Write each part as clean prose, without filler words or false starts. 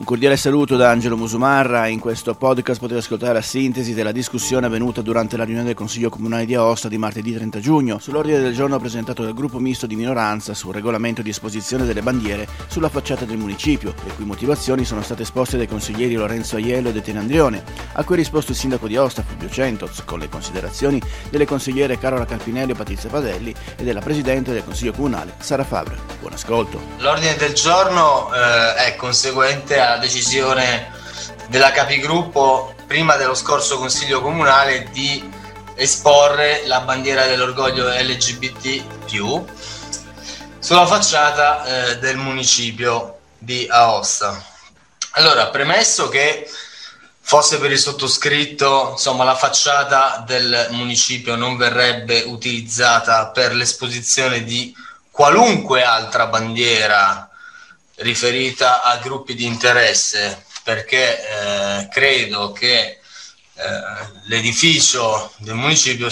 Un cordiale saluto da Angelo Musumarra. In questo podcast potete ascoltare la sintesi della discussione avvenuta durante la riunione del Consiglio Comunale di Aosta di martedì 30 giugno sull'ordine del giorno presentato dal gruppo misto di minoranza sul regolamento di esposizione delle bandiere sulla facciata del municipio, le cui motivazioni sono state esposte dai consiglieri Lorenzo Aiello ed Etienne Andrione, a cui ha risposto il sindaco di Aosta Fulvio Centoz, con le considerazioni delle consigliere Carola Carpinelli e Patrizia Padelli e della presidente del Consiglio Comunale Sara Fabre. Buon ascolto. L'ordine del giorno è conseguente alla decisione della Capigruppo prima dello scorso Consiglio Comunale di esporre la bandiera dell'orgoglio LGBT+, sulla facciata del municipio di Aosta. Allora, premesso che fosse per il sottoscritto, insomma, la facciata del municipio non verrebbe utilizzata per l'esposizione di qualunque altra bandiera riferita a gruppi di interesse, perché credo che l'edificio del municipio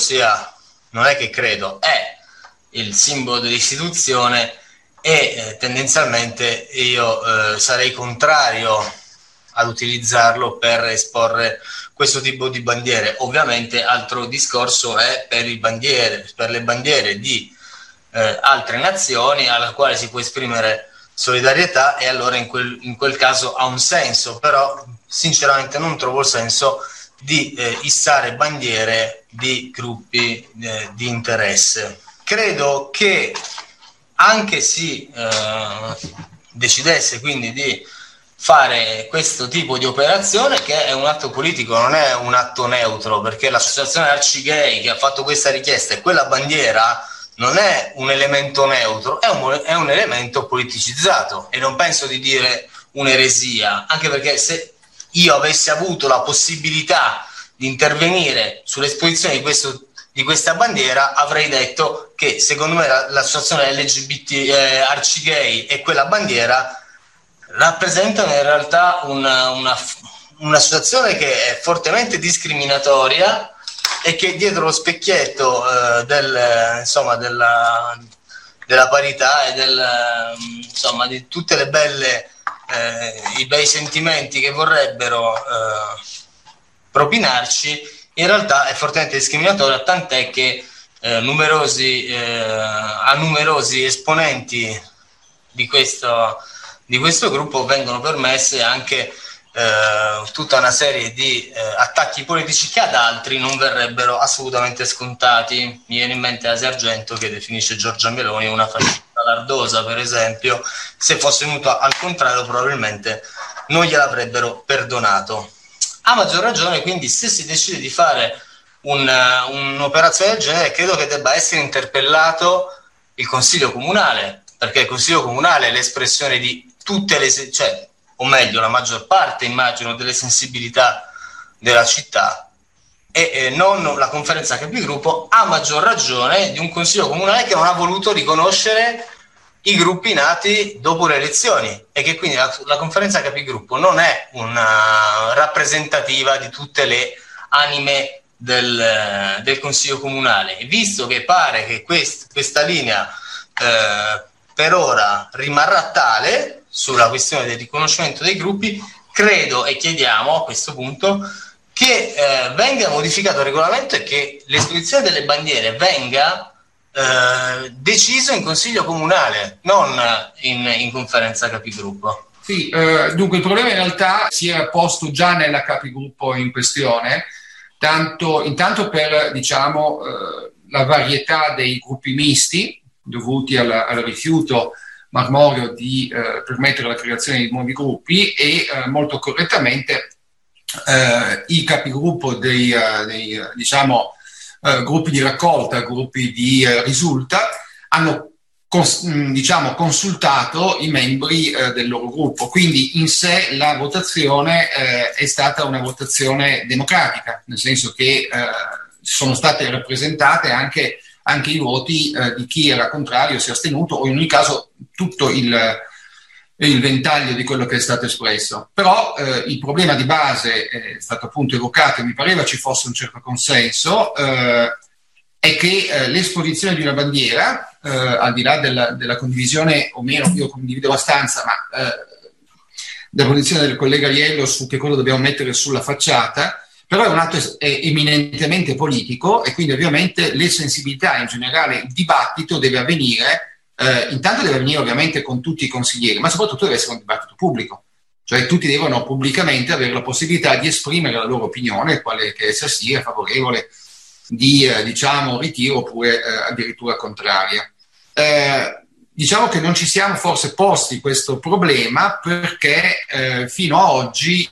è il simbolo dell'istituzione e tendenzialmente io sarei contrario ad utilizzarlo per esporre questo tipo di bandiere. Ovviamente altro discorso è per le bandiere di altre nazioni alla quale si può esprimere solidarietà, e allora in quel caso ha un senso, però sinceramente non trovo il senso di issare bandiere di gruppi di interesse. Credo che anche si decidesse quindi di fare questo tipo di operazione, che è un atto politico, non è un atto neutro, perché l'associazione Arcigay che ha fatto questa richiesta e quella bandiera non è un elemento neutro, è un elemento politicizzato, e non penso di dire un'eresia, anche perché se io avessi avuto la possibilità di intervenire sull'esposizione di questa bandiera, avrei detto che secondo me l'associazione LGBT Arcigay e quella bandiera rappresentano in realtà un'associazione che è fortemente discriminatoria e che dietro lo specchietto della parità e di tutte le i bei sentimenti che vorrebbero propinarci, in realtà è fortemente discriminatoria, tant'è che a numerosi esponenti di questo gruppo vengono permesse anche tutta una serie di attacchi politici che ad altri non verrebbero assolutamente scontati. Mi viene in mente Asia Argento che definisce Giorgia Meloni una fascista lardosa, per esempio. Se fosse venuto al contrario probabilmente non gliel'avrebbero perdonato. A maggior ragione, quindi, se si decide di fare un'operazione del genere, credo che debba essere interpellato il Consiglio Comunale, perché il Consiglio Comunale è l'espressione di tutte o meglio la maggior parte, immagino, delle sensibilità della città, e non la conferenza Capigruppo, a maggior ragione di un Consiglio Comunale che non ha voluto riconoscere i gruppi nati dopo le elezioni, e che quindi la conferenza Capigruppo non è una rappresentativa di tutte le anime del Consiglio Comunale. E visto che pare che questa linea per ora rimarrà tale sulla questione del riconoscimento dei gruppi, credo e chiediamo a questo punto che venga modificato il regolamento e che l'esposizione delle bandiere venga deciso in Consiglio Comunale, non in conferenza Capigruppo. Sì, dunque il problema in realtà si era posto già nella Capigruppo in questione, intanto per la varietà dei gruppi misti dovuti al rifiuto marmoreo di permettere la creazione di nuovi gruppi, e molto correttamente i capigruppo dei gruppi di raccolta, gruppi di risulta, hanno consultato i membri del loro gruppo. Quindi in sé la votazione è stata una votazione democratica, nel senso che sono state rappresentate anche i voti di chi era contrario, si è astenuto, o in ogni caso tutto il ventaglio di quello che è stato espresso. Però il problema di base è stato appunto evocato, e mi pareva ci fosse un certo consenso, è che l'esposizione di una bandiera, al di là della condivisione o meno, io condivido abbastanza, ma della posizione del collega Aiello su che cosa dobbiamo mettere sulla facciata, però è un atto eminentemente politico e quindi ovviamente le sensibilità, in generale il dibattito deve avvenire, intanto deve avvenire ovviamente con tutti i consiglieri, ma soprattutto deve essere un dibattito pubblico, cioè tutti devono pubblicamente avere la possibilità di esprimere la loro opinione, quale che essa sia, favorevole, di ritiro oppure addirittura contraria. Diciamo che non ci siamo forse posti questo problema perché fino ad oggi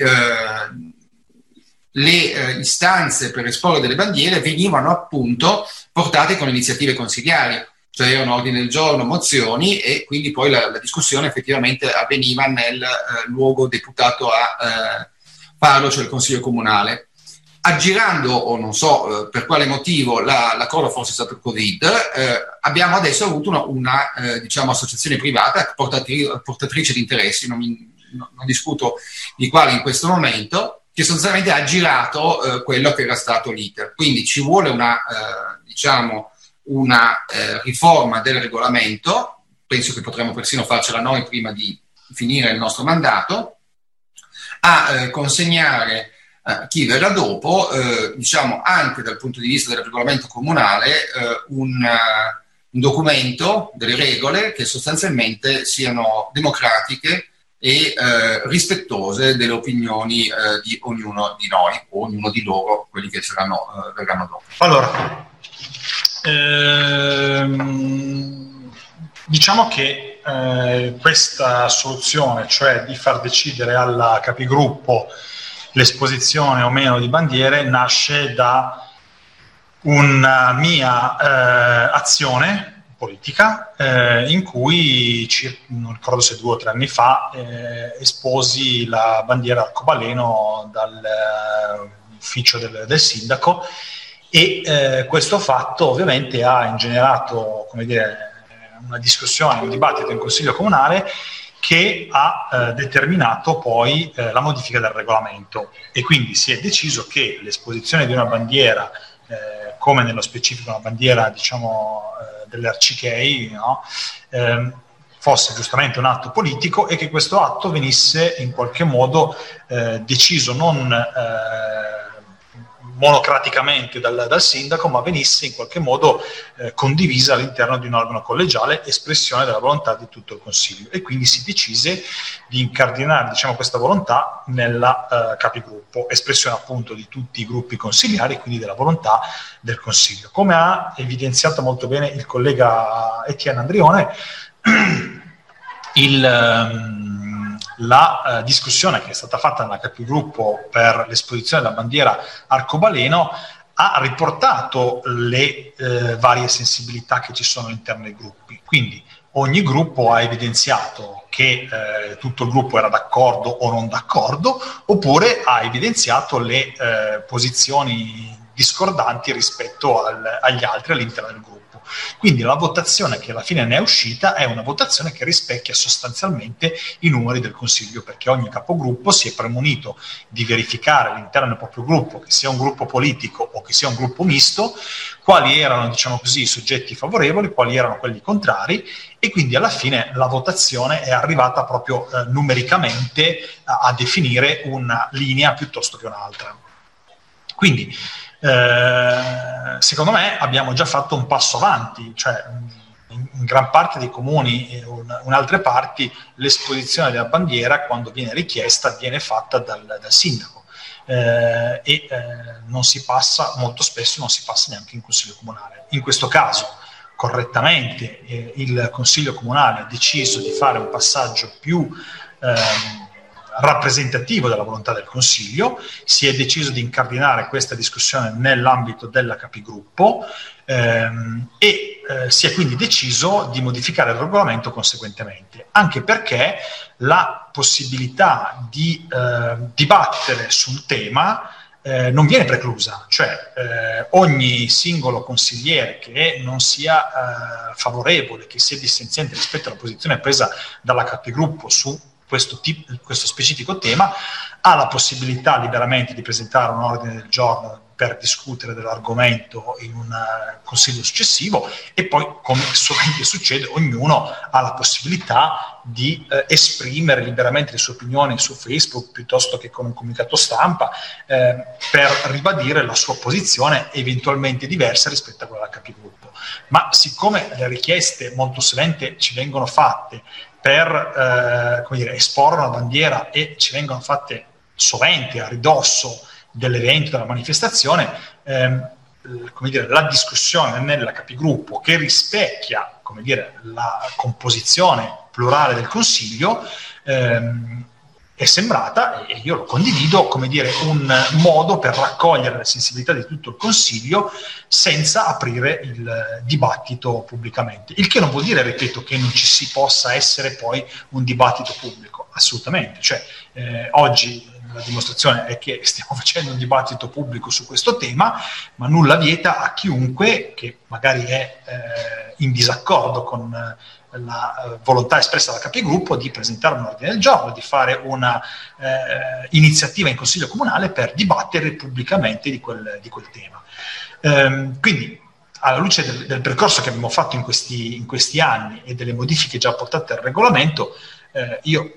le istanze per esporre delle bandiere venivano appunto portate con iniziative consigliari, cioè erano ordini del giorno, mozioni, e quindi poi la discussione effettivamente avveniva nel luogo deputato a farlo, cioè il Consiglio Comunale. Aggirando, o non so per quale motivo, l'accordo forse è stato il Covid, abbiamo adesso avuto una associazione privata portatrice di interessi, non discuto di quali in questo momento, che sostanzialmente ha aggirato quello che era stato l'iter. Quindi ci vuole una riforma del regolamento, penso che potremmo persino farcela noi prima di finire il nostro mandato, a consegnare chi verrà dopo, anche dal punto di vista del regolamento comunale, un documento, delle regole che sostanzialmente siano democratiche e rispettose delle opinioni di ognuno di noi, o ognuno di loro, quelli che verranno dopo. Allora, diciamo che questa soluzione, cioè di far decidere alla capigruppo l'esposizione o meno di bandiere, nasce da una mia azione politica in cui, non ricordo se 2 o 3 anni fa, esposi la bandiera arcobaleno dall'ufficio del sindaco, e questo fatto ovviamente ha ingenerato, una discussione, un dibattito in Consiglio Comunale che ha determinato poi la modifica del regolamento, e quindi si è deciso che l'esposizione di una bandiera, come nello specifico una bandiera delle arcichei, no? Fosse giustamente un atto politico, e che questo atto venisse in qualche modo deciso non monocraticamente dal sindaco, ma venisse in qualche modo condivisa all'interno di un organo collegiale, espressione della volontà di tutto il Consiglio, e quindi si decise di incardinare questa volontà nella capigruppo, espressione appunto di tutti i gruppi consigliari e quindi della volontà del Consiglio. Come ha evidenziato molto bene il collega Etienne Andrione, la discussione che è stata fatta nella capigruppo per l'esposizione della bandiera arcobaleno ha riportato le varie sensibilità che ci sono all'interno dei gruppi. Quindi ogni gruppo ha evidenziato che tutto il gruppo era d'accordo o non d'accordo, oppure ha evidenziato le posizioni discordanti rispetto agli altri all'interno del gruppo. Quindi la votazione che alla fine ne è uscita è una votazione che rispecchia sostanzialmente i numeri del Consiglio, perché ogni capogruppo si è premunito di verificare all'interno del proprio gruppo, che sia un gruppo politico o che sia un gruppo misto, quali erano, i soggetti favorevoli, quali erano quelli contrari, e quindi alla fine la votazione è arrivata proprio numericamente a definire una linea piuttosto che un'altra. Quindi secondo me abbiamo già fatto un passo avanti, cioè in gran parte dei comuni e in altre parti l'esposizione della bandiera, quando viene richiesta, viene fatta dal sindaco, non si passa, molto spesso non si passa neanche in Consiglio Comunale. In questo caso correttamente il Consiglio Comunale ha deciso di fare un passaggio più rappresentativo della volontà del Consiglio, si è deciso di incardinare questa discussione nell'ambito della capigruppo si è quindi deciso di modificare il regolamento conseguentemente, anche perché la possibilità di dibattere sul tema non viene preclusa, cioè ogni singolo consigliere che non sia favorevole, che sia dissenziente rispetto alla posizione presa dalla capigruppo su questo specifico tema, ha la possibilità liberamente di presentare un ordine del giorno per discutere dell'argomento in un consiglio successivo, e poi, come sovente succede, ognuno ha la possibilità di esprimere liberamente le sue opinioni su Facebook piuttosto che con un comunicato stampa, per ribadire la sua posizione eventualmente diversa rispetto a quella del capigruppo. Ma siccome le richieste molto sovente ci vengono fatte per esporre una bandiera, e ci vengono fatte sovente a ridosso dell'evento, della manifestazione, la discussione nella capigruppo, che rispecchia la composizione plurale del Consiglio, è sembrata, e io lo condivido, un modo per raccogliere la sensibilità di tutto il Consiglio senza aprire il dibattito pubblicamente. Il che non vuol dire, ripeto, che non ci si possa essere poi un dibattito pubblico, assolutamente. Oggi la dimostrazione è che stiamo facendo un dibattito pubblico su questo tema, ma nulla vieta a chiunque che magari è in disaccordo con la volontà espressa dal capigruppo di presentare un ordine del giorno, di fare una iniziativa in Consiglio Comunale per dibattere pubblicamente di quel tema. Quindi, alla luce del percorso che abbiamo fatto in questi anni e delle modifiche già apportate al regolamento, io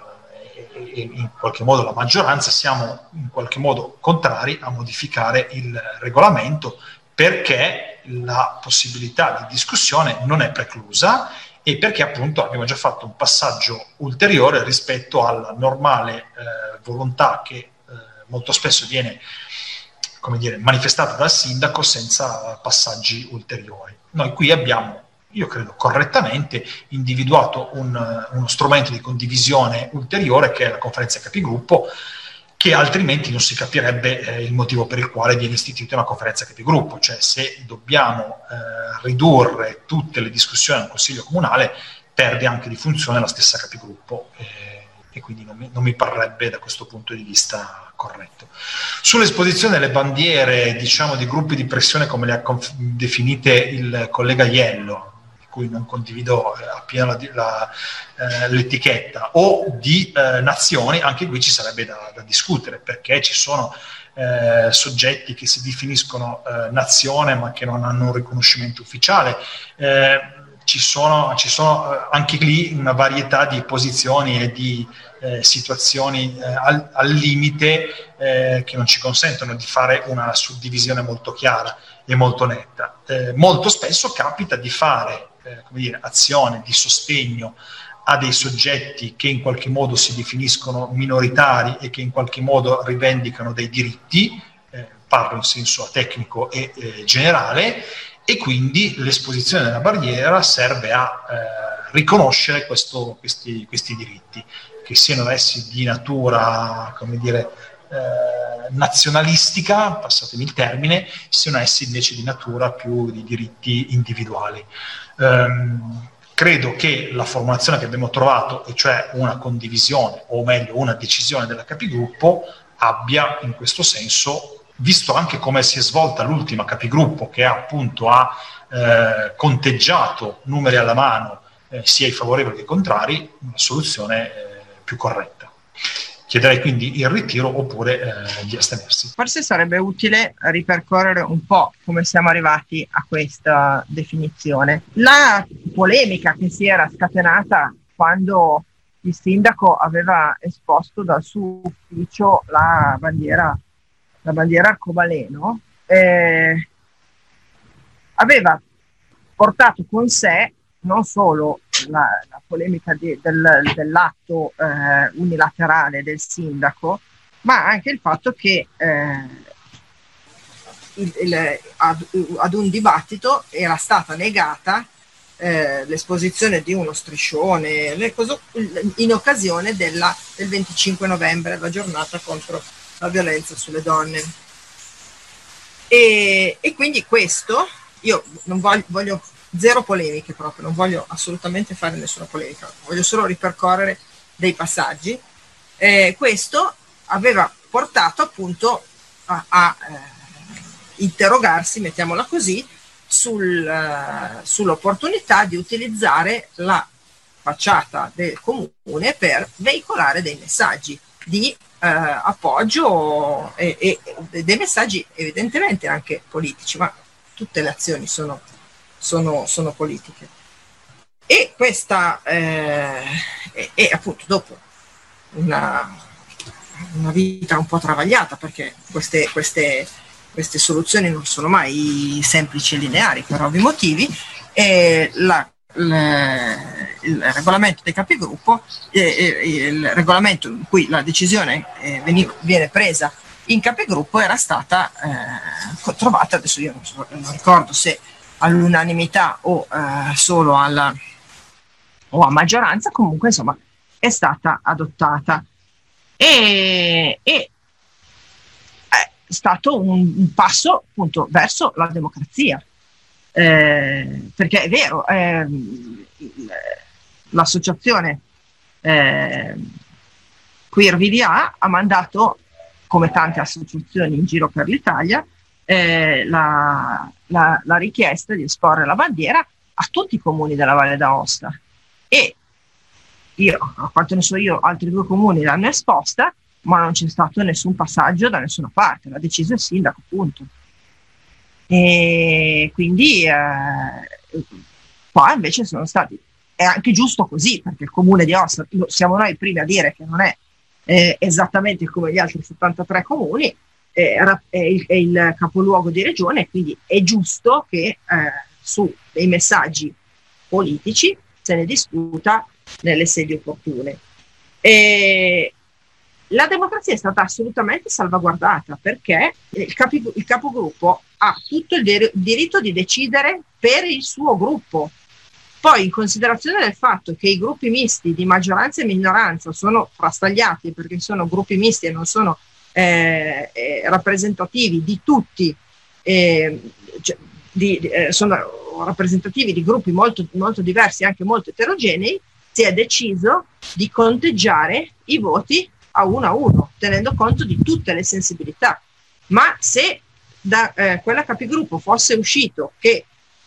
e in qualche modo la maggioranza siamo in qualche modo contrari a modificare il regolamento, perché la possibilità di discussione non è preclusa, e perché appunto abbiamo già fatto un passaggio ulteriore rispetto alla normale volontà che molto spesso viene manifestata dal sindaco senza passaggi ulteriori. Noi qui abbiamo, io credo correttamente, individuato uno strumento di condivisione ulteriore, che è la conferenza capigruppo, che altrimenti non si capirebbe il motivo per il quale viene istituita una conferenza capigruppo. Cioè, se dobbiamo ridurre tutte le discussioni al Consiglio Comunale, perde anche di funzione la stessa capigruppo, e quindi non mi parrebbe da questo punto di vista corretto. Sull'esposizione delle bandiere, di gruppi di pressione, come le ha definite il collega Iello, cui non condivido appieno l'etichetta, o di nazioni, anche qui ci sarebbe da discutere, perché ci sono soggetti che si definiscono nazione ma che non hanno un riconoscimento ufficiale. Ci sono anche lì una varietà di posizioni e di situazioni al limite che non ci consentono di fare una suddivisione molto chiara e molto netta. Molto spesso capita di fare azione di sostegno a dei soggetti che in qualche modo si definiscono minoritari e che in qualche modo rivendicano dei diritti, parlo in senso tecnico e generale, e quindi l'esposizione della barriera serve a riconoscere questi diritti, che siano essi di natura, nazionalistica, passatemi il termine, siano essi invece di natura più di diritti individuali. Credo che la formulazione che abbiamo trovato, e cioè una condivisione, o meglio una decisione della capigruppo, abbia in questo senso, visto anche come si è svolta l'ultima capigruppo, che appunto ha conteggiato numeri alla mano, sia i favorevoli che i contrari, una soluzione più corretta. Chiederei quindi il ritiro oppure di astenersi. Forse sarebbe utile ripercorrere un po' come siamo arrivati a questa definizione. La polemica che si era scatenata quando il sindaco aveva esposto dal suo ufficio la bandiera arcobaleno aveva portato con sé non solo la polemica dell'atto unilaterale del sindaco, ma anche il fatto che ad un dibattito era stata negata l'esposizione di uno striscione in occasione del 25 novembre, la giornata contro la violenza sulle donne. E quindi questo, io non voglio zero polemiche proprio, non voglio assolutamente fare nessuna polemica, voglio solo ripercorrere dei passaggi. Questo aveva portato appunto a interrogarsi, mettiamola così, sull'opportunità di utilizzare la facciata del comune per veicolare dei messaggi di appoggio e dei messaggi evidentemente anche politici, ma tutte le azioni sono politiche. E questa e appunto dopo una vita un po' travagliata, perché queste soluzioni non sono mai semplici e lineari per ovvi motivi, il regolamento dei capigruppo, il regolamento in cui la decisione viene presa in capigruppo era stata trovata, adesso io non ricordo se all'unanimità o solo a maggioranza, comunque insomma è stata adottata e è stato un passo appunto verso la democrazia. Perché è vero, l'associazione Queer VDA ha mandato, come tante associazioni in giro per l'Italia, la richiesta di esporre la bandiera a tutti i comuni della Valle d'Aosta, e io, a quanto ne so io, altri 2 comuni l'hanno esposta, ma non c'è stato nessun passaggio da nessuna parte, l'ha deciso il sindaco, punto. E quindi qua invece sono stati, è anche giusto così, perché il comune di Aosta, siamo noi i primi a dire che non è esattamente come gli altri 73 comuni, è il capoluogo di regione, quindi è giusto che su dei messaggi politici se ne discuta nelle sedi opportune. La democrazia è stata assolutamente salvaguardata, perché il capogruppo ha tutto il diritto di decidere per il suo gruppo. Poi, in considerazione del fatto che i gruppi misti di maggioranza e minoranza sono frastagliati, perché sono gruppi misti e non sono rappresentativi di tutti, sono rappresentativi di gruppi molto, molto diversi, anche molto eterogenei, si è deciso di conteggiare i voti a uno, tenendo conto di tutte le sensibilità. Ma se da quella capigruppo fosse uscito che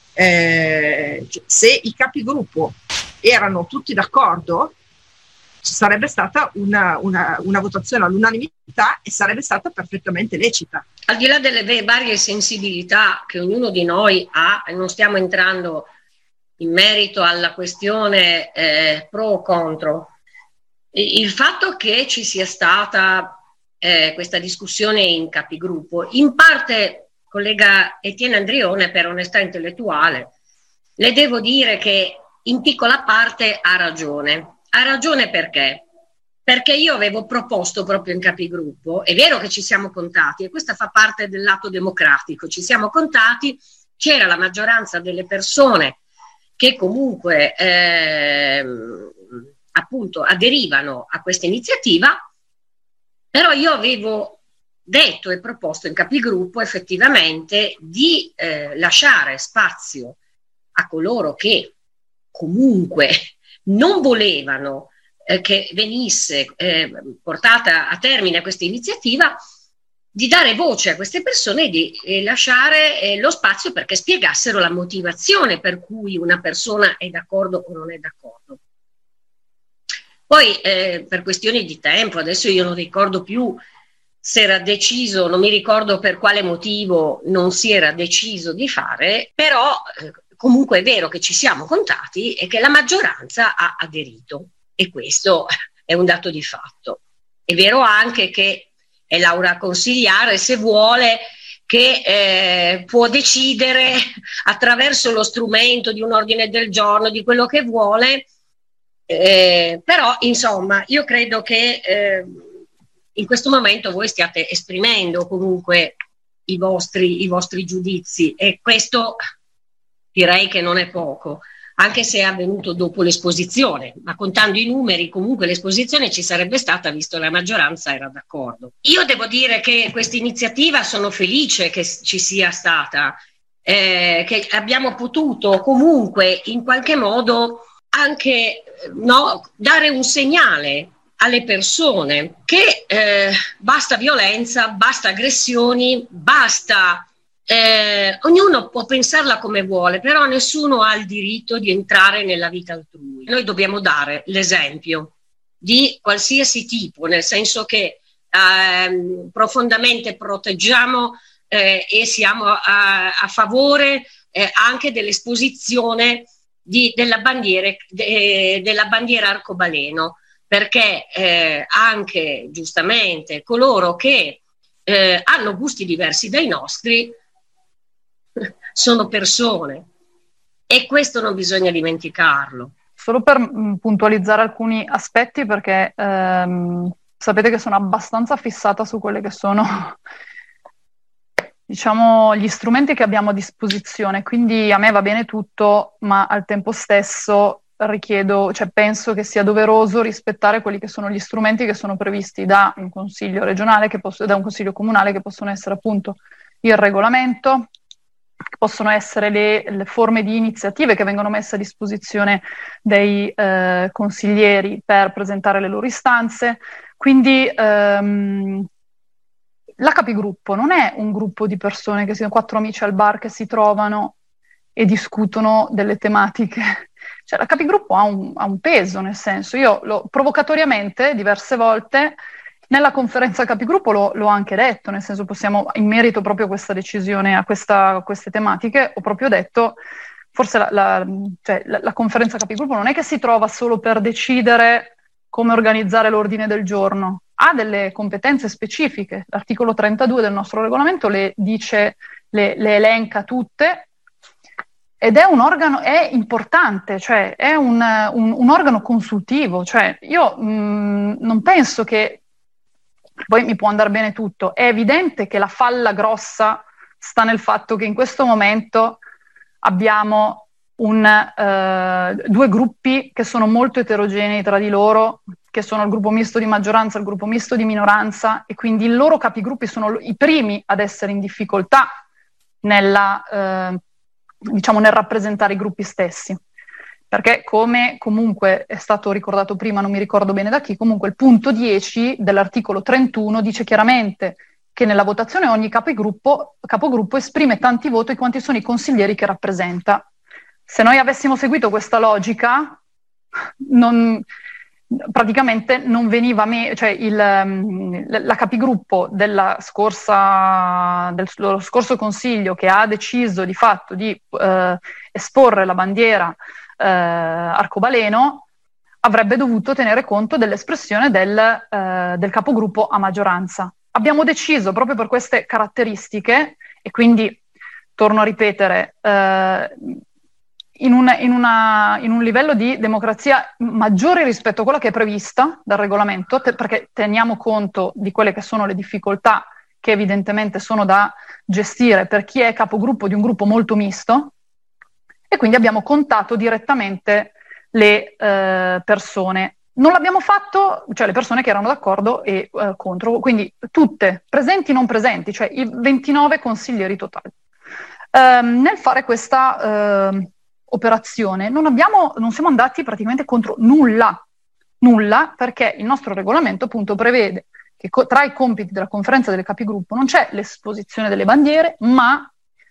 se i capigruppo erano tutti d'accordo, sarebbe stata una votazione all'unanimità e sarebbe stata perfettamente lecita. Al di là delle varie sensibilità che ognuno di noi ha, e non stiamo entrando in merito alla questione pro o contro, il fatto che ci sia stata questa discussione in capigruppo, in parte, collega Etienne Andrione, per onestà intellettuale, le devo dire che in piccola parte ha ragione. Ha ragione perché? Perché io avevo proposto proprio in capigruppo, è vero che ci siamo contati, e questa fa parte del lato democratico, ci siamo contati, c'era la maggioranza delle persone che comunque appunto aderivano a questa iniziativa, però io avevo detto e proposto in capigruppo effettivamente di lasciare spazio a coloro che comunque non volevano che venisse portata a termine questa iniziativa, di dare voce a queste persone e di lasciare lo spazio perché spiegassero la motivazione per cui una persona è d'accordo o non è d'accordo. Poi per questioni di tempo, adesso io non ricordo più se era deciso, non mi ricordo per quale motivo non si era deciso di fare, però comunque è vero che ci siamo contati e che la maggioranza ha aderito, e questo è un dato di fatto. È vero anche che è Laura a consigliare, se vuole, che può decidere attraverso lo strumento di un ordine del giorno, di quello che vuole, però insomma io credo che in questo momento voi stiate esprimendo comunque i vostri giudizi, e questo direi che non è poco, anche se è avvenuto dopo l'esposizione, ma contando i numeri comunque l'esposizione ci sarebbe stata, visto la maggioranza era d'accordo. Io devo dire che questa iniziativa sono felice che ci sia stata, che abbiamo potuto comunque in qualche modo anche dare un segnale alle persone che basta violenza, basta aggressioni, basta... ognuno può pensarla come vuole, però nessuno ha il diritto di entrare nella vita altrui. Noi dobbiamo dare l'esempio di qualsiasi tipo, nel senso che profondamente proteggiamo e siamo a favore anche dell'esposizione della bandiera arcobaleno, perché anche giustamente coloro che hanno gusti diversi dai nostri sono persone, e questo non bisogna dimenticarlo. Solo per puntualizzare alcuni aspetti, perché sapete che sono abbastanza fissata su quelle che sono, diciamo, gli strumenti che abbiamo a disposizione, quindi a me va bene tutto, ma al tempo stesso penso che sia doveroso rispettare quelli che sono gli strumenti che sono previsti da un consiglio regionale, da un consiglio comunale, che possono essere appunto il regolamento, che possono essere le forme di iniziative che vengono messe a disposizione dei consiglieri per presentare le loro istanze. Quindi la capigruppo non è un gruppo di persone che siano 4 amici al bar che si trovano e discutono delle tematiche. Cioè, la capigruppo ha un peso, nel senso, io provocatoriamente diverse volte nella conferenza capigruppo l'ho anche detto, nel senso, possiamo, in merito proprio a questa decisione, a queste tematiche, ho proprio detto, forse la conferenza capigruppo non è che si trova solo per decidere come organizzare l'ordine del giorno, ha delle competenze specifiche. L'articolo 32 del nostro regolamento le elenca tutte, ed è un organo, è importante, cioè è un organo consultivo. Cioè io non penso che poi mi può andare bene tutto. È evidente che la falla grossa sta nel fatto che in questo momento abbiamo due gruppi che sono molto eterogenei tra di loro, che sono il gruppo misto di maggioranza e il gruppo misto di minoranza, e quindi i loro capigruppi sono i primi ad essere in difficoltà nel rappresentare i gruppi stessi. Perché, come comunque è stato ricordato prima, non mi ricordo bene da chi, comunque il punto 10 dell'articolo 31 dice chiaramente che nella votazione ogni capogruppo esprime tanti voti quanti sono i consiglieri che rappresenta. Se noi avessimo seguito questa logica, praticamente non veniva la capigruppo dello scorso consiglio, che ha deciso di fatto di esporre la bandiera arcobaleno, avrebbe dovuto tenere conto dell'espressione del capogruppo a maggioranza. Abbiamo deciso, proprio per queste caratteristiche, e quindi torno a ripetere, in un livello di democrazia maggiore rispetto a quella che è prevista dal regolamento, perché teniamo conto di quelle che sono le difficoltà che evidentemente sono da gestire per chi è capogruppo di un gruppo molto misto, e quindi abbiamo contato direttamente le persone. Non l'abbiamo fatto, cioè le persone che erano d'accordo e contro, quindi tutte, presenti e non presenti, cioè i 29 consiglieri totali. Nel fare questa operazione non siamo andati praticamente contro nulla, perché il nostro regolamento appunto prevede che tra i compiti della conferenza delle capigruppo non c'è l'esposizione delle bandiere, ma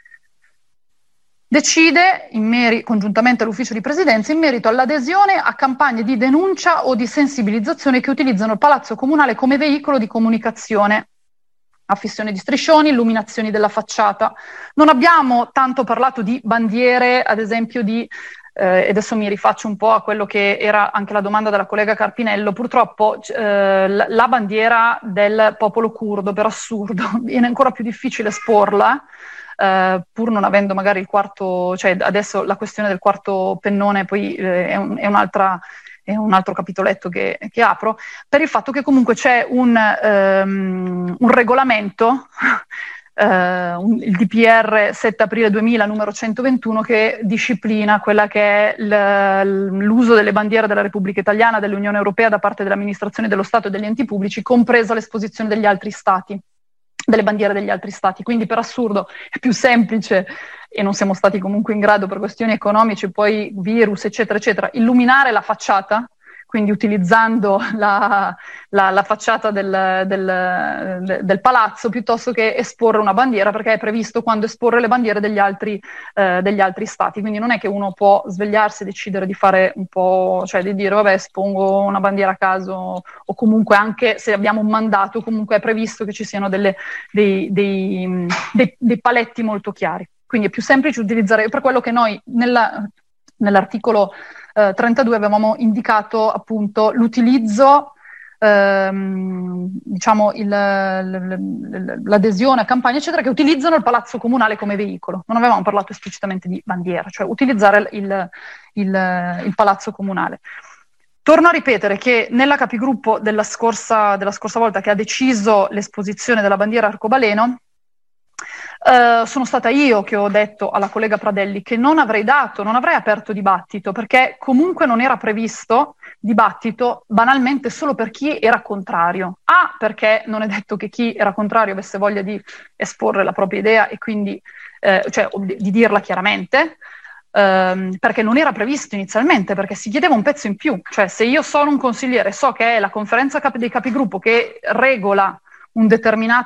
decide congiuntamente all'ufficio di presidenza in merito all'adesione a campagne di denuncia o di sensibilizzazione che utilizzano il Palazzo Comunale come veicolo di comunicazione, affissione di striscioni, illuminazioni della facciata. Non abbiamo tanto parlato di bandiere, ad esempio e adesso mi rifaccio un po' a quello che era anche la domanda della collega Carpinello. Purtroppo la bandiera del popolo curdo, per assurdo, viene ancora più difficile esporla, pur non avendo magari il quarto, cioè adesso la questione del quarto pennone poi è un altro capitoletto che apro, per il fatto che comunque c'è un regolamento, il DPR 7 aprile 2000 numero 121, che disciplina quella che è l'uso delle bandiere della Repubblica Italiana, dell'Unione Europea da parte dell'amministrazione dello Stato e degli enti pubblici, compresa l'esposizione degli altri stati, delle bandiere degli altri stati. Quindi per assurdo è più semplice, e non siamo stati comunque in grado per questioni economiche, poi virus eccetera eccetera, illuminare la facciata, quindi utilizzando la facciata del palazzo piuttosto che esporre una bandiera, perché è previsto quando esporre le bandiere degli altri stati, quindi non è che uno può svegliarsi e decidere di fare un po', cioè di dire vabbè espongo una bandiera a caso, o comunque anche se abbiamo un mandato comunque è previsto che ci siano dei paletti molto chiari, quindi è più semplice utilizzare, per quello che noi nell'articolo 32 avevamo indicato appunto l'utilizzo, diciamo l'adesione a campagne eccetera che utilizzano il palazzo comunale come veicolo. Non avevamo parlato esplicitamente di bandiera, cioè utilizzare il palazzo comunale. Torno a ripetere che nella capigruppo della scorsa volta che ha deciso l'esposizione della bandiera arcobaleno, sono stata io che ho detto alla collega Pradelli che non avrei aperto dibattito, perché comunque non era previsto dibattito banalmente solo per chi era contrario. Perché non è detto che chi era contrario avesse voglia di esporre la propria idea e quindi cioè di dirla chiaramente, perché non era previsto inizialmente, perché si chiedeva un pezzo in più, cioè se io sono un consigliere, so che è la conferenza dei capigruppo che regola una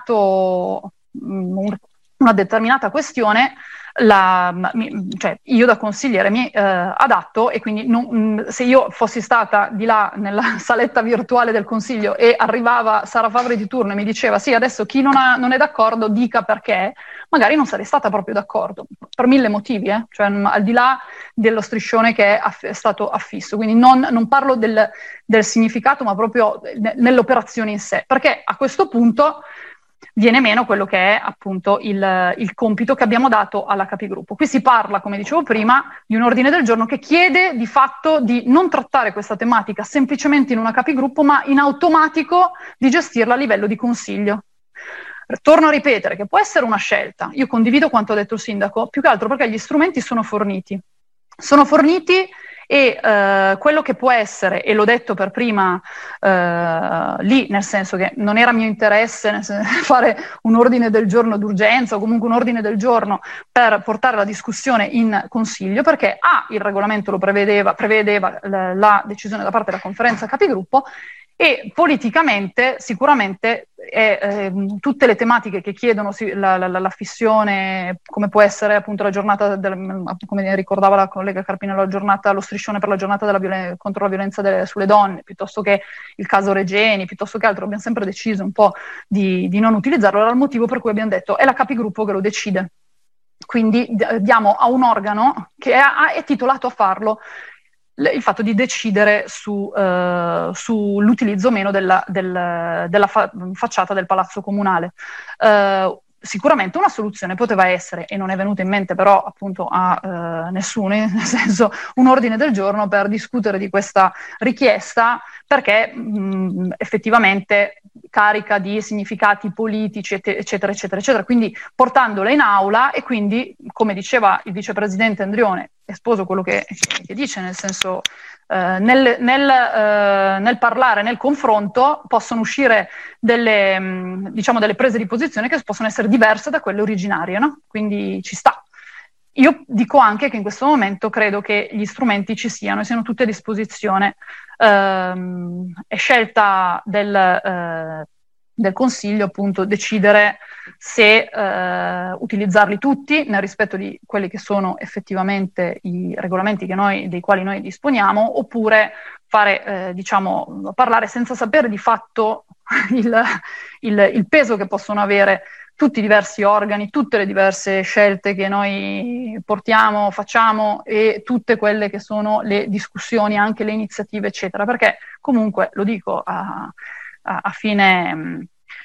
determinata questione, cioè io da consigliere mi adatto, e quindi se io fossi stata di là nella saletta virtuale del consiglio e arrivava Sara Favre di turno e mi diceva sì adesso chi non è d'accordo dica perché, magari non sarei stata proprio d'accordo per 1000 motivi, cioè al di là dello striscione che è stato affisso, quindi non parlo del significato ma proprio nell'operazione in sé, perché a questo punto viene meno quello che è appunto il compito che abbiamo dato alla capigruppo. Qui si parla, come dicevo prima, di un ordine del giorno che chiede di fatto di non trattare questa tematica semplicemente in una capigruppo, ma in automatico di gestirla a livello di consiglio. Torno a ripetere che può essere una scelta, io condivido quanto ha detto il sindaco, più che altro perché gli strumenti sono forniti e quello che può essere, e l'ho detto per prima lì, nel senso che non era mio interesse fare un ordine del giorno d'urgenza o comunque un ordine del giorno per portare la discussione in consiglio, perché il regolamento lo prevedeva la decisione da parte della conferenza capigruppo, e politicamente sicuramente tutte le tematiche che chiedono la fissione, come può essere appunto la giornata, come ricordava la collega Carpino, lo striscione per la giornata contro la violenza sulle donne, piuttosto che il caso Regeni, piuttosto che altro, abbiamo sempre deciso un po' di non utilizzarlo. Era il motivo per cui abbiamo detto è la capigruppo che lo decide, quindi diamo a un organo che è titolato a farlo il fatto di decidere sull'utilizzo o meno della facciata del palazzo comunale. Sicuramente una soluzione poteva essere, e non è venuta in mente però appunto a nessuno, nel senso un ordine del giorno per discutere di questa richiesta, perché effettivamente carica di significati politici eccetera eccetera eccetera, quindi portandola in aula, e quindi come diceva il vicepresidente Andrione, esposo quello che dice, nel senso nel parlare, nel confronto possono uscire delle prese di posizione che possono essere diverse da quelle originarie, no? Quindi ci sta. Io dico anche che in questo momento credo che gli strumenti ci siano e siano tutti a disposizione. È scelta del Consiglio appunto decidere se utilizzarli tutti nel rispetto di quelli che sono effettivamente i regolamenti dei quali noi disponiamo, oppure fare parlare senza sapere di fatto il peso che possono avere tutti i diversi organi, tutte le diverse scelte che noi portiamo, facciamo, e tutte quelle che sono le discussioni, anche le iniziative eccetera, perché comunque lo dico a fine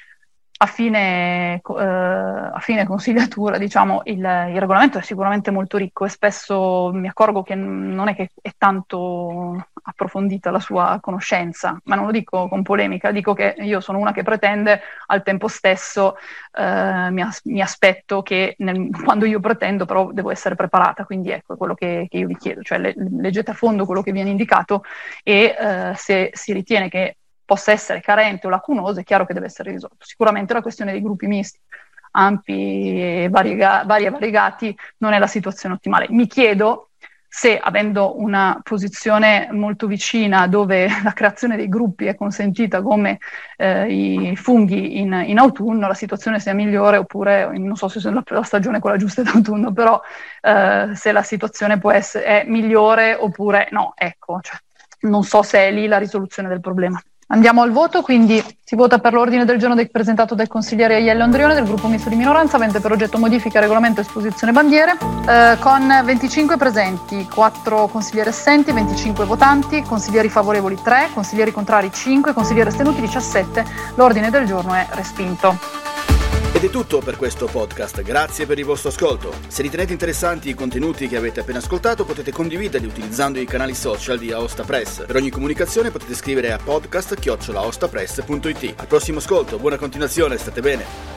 consigliatura, diciamo, il regolamento è sicuramente molto ricco e spesso mi accorgo che non è che è tanto approfondita la sua conoscenza, ma non lo dico con polemica, dico che io sono una che pretende, al tempo stesso mi aspetto che quando io pretendo però devo essere preparata, quindi ecco quello che io vi chiedo, cioè leggete a fondo quello che viene indicato e se si ritiene che possa essere carente o lacunoso, è chiaro che deve essere risolto. Sicuramente la questione dei gruppi misti, ampi e variegati, non è la situazione ottimale. Mi chiedo se avendo una posizione molto vicina dove la creazione dei gruppi è consentita come i funghi in autunno, la situazione sia migliore, oppure non so se la stagione è quella giusta d'autunno, però se la situazione è migliore oppure no, ecco, cioè, non so se è lì la risoluzione del problema. Andiamo al voto, quindi si vota per l'ordine del giorno presentato dal consigliere Aiello Andrione del gruppo misto di minoranza, avente per oggetto modifica regolamento esposizione bandiere, con 25 presenti, 4 consiglieri assenti, 25 votanti, consiglieri favorevoli 3, consiglieri contrari 5, consiglieri astenuti 17. L'ordine del giorno è respinto. Ed è tutto per questo podcast, grazie per il vostro ascolto. Se ritenete interessanti i contenuti che avete appena ascoltato, potete condividerli utilizzando i canali social di Aosta Press. Per ogni comunicazione potete scrivere a podcast@aostapress.it. Al prossimo ascolto, buona continuazione, state bene.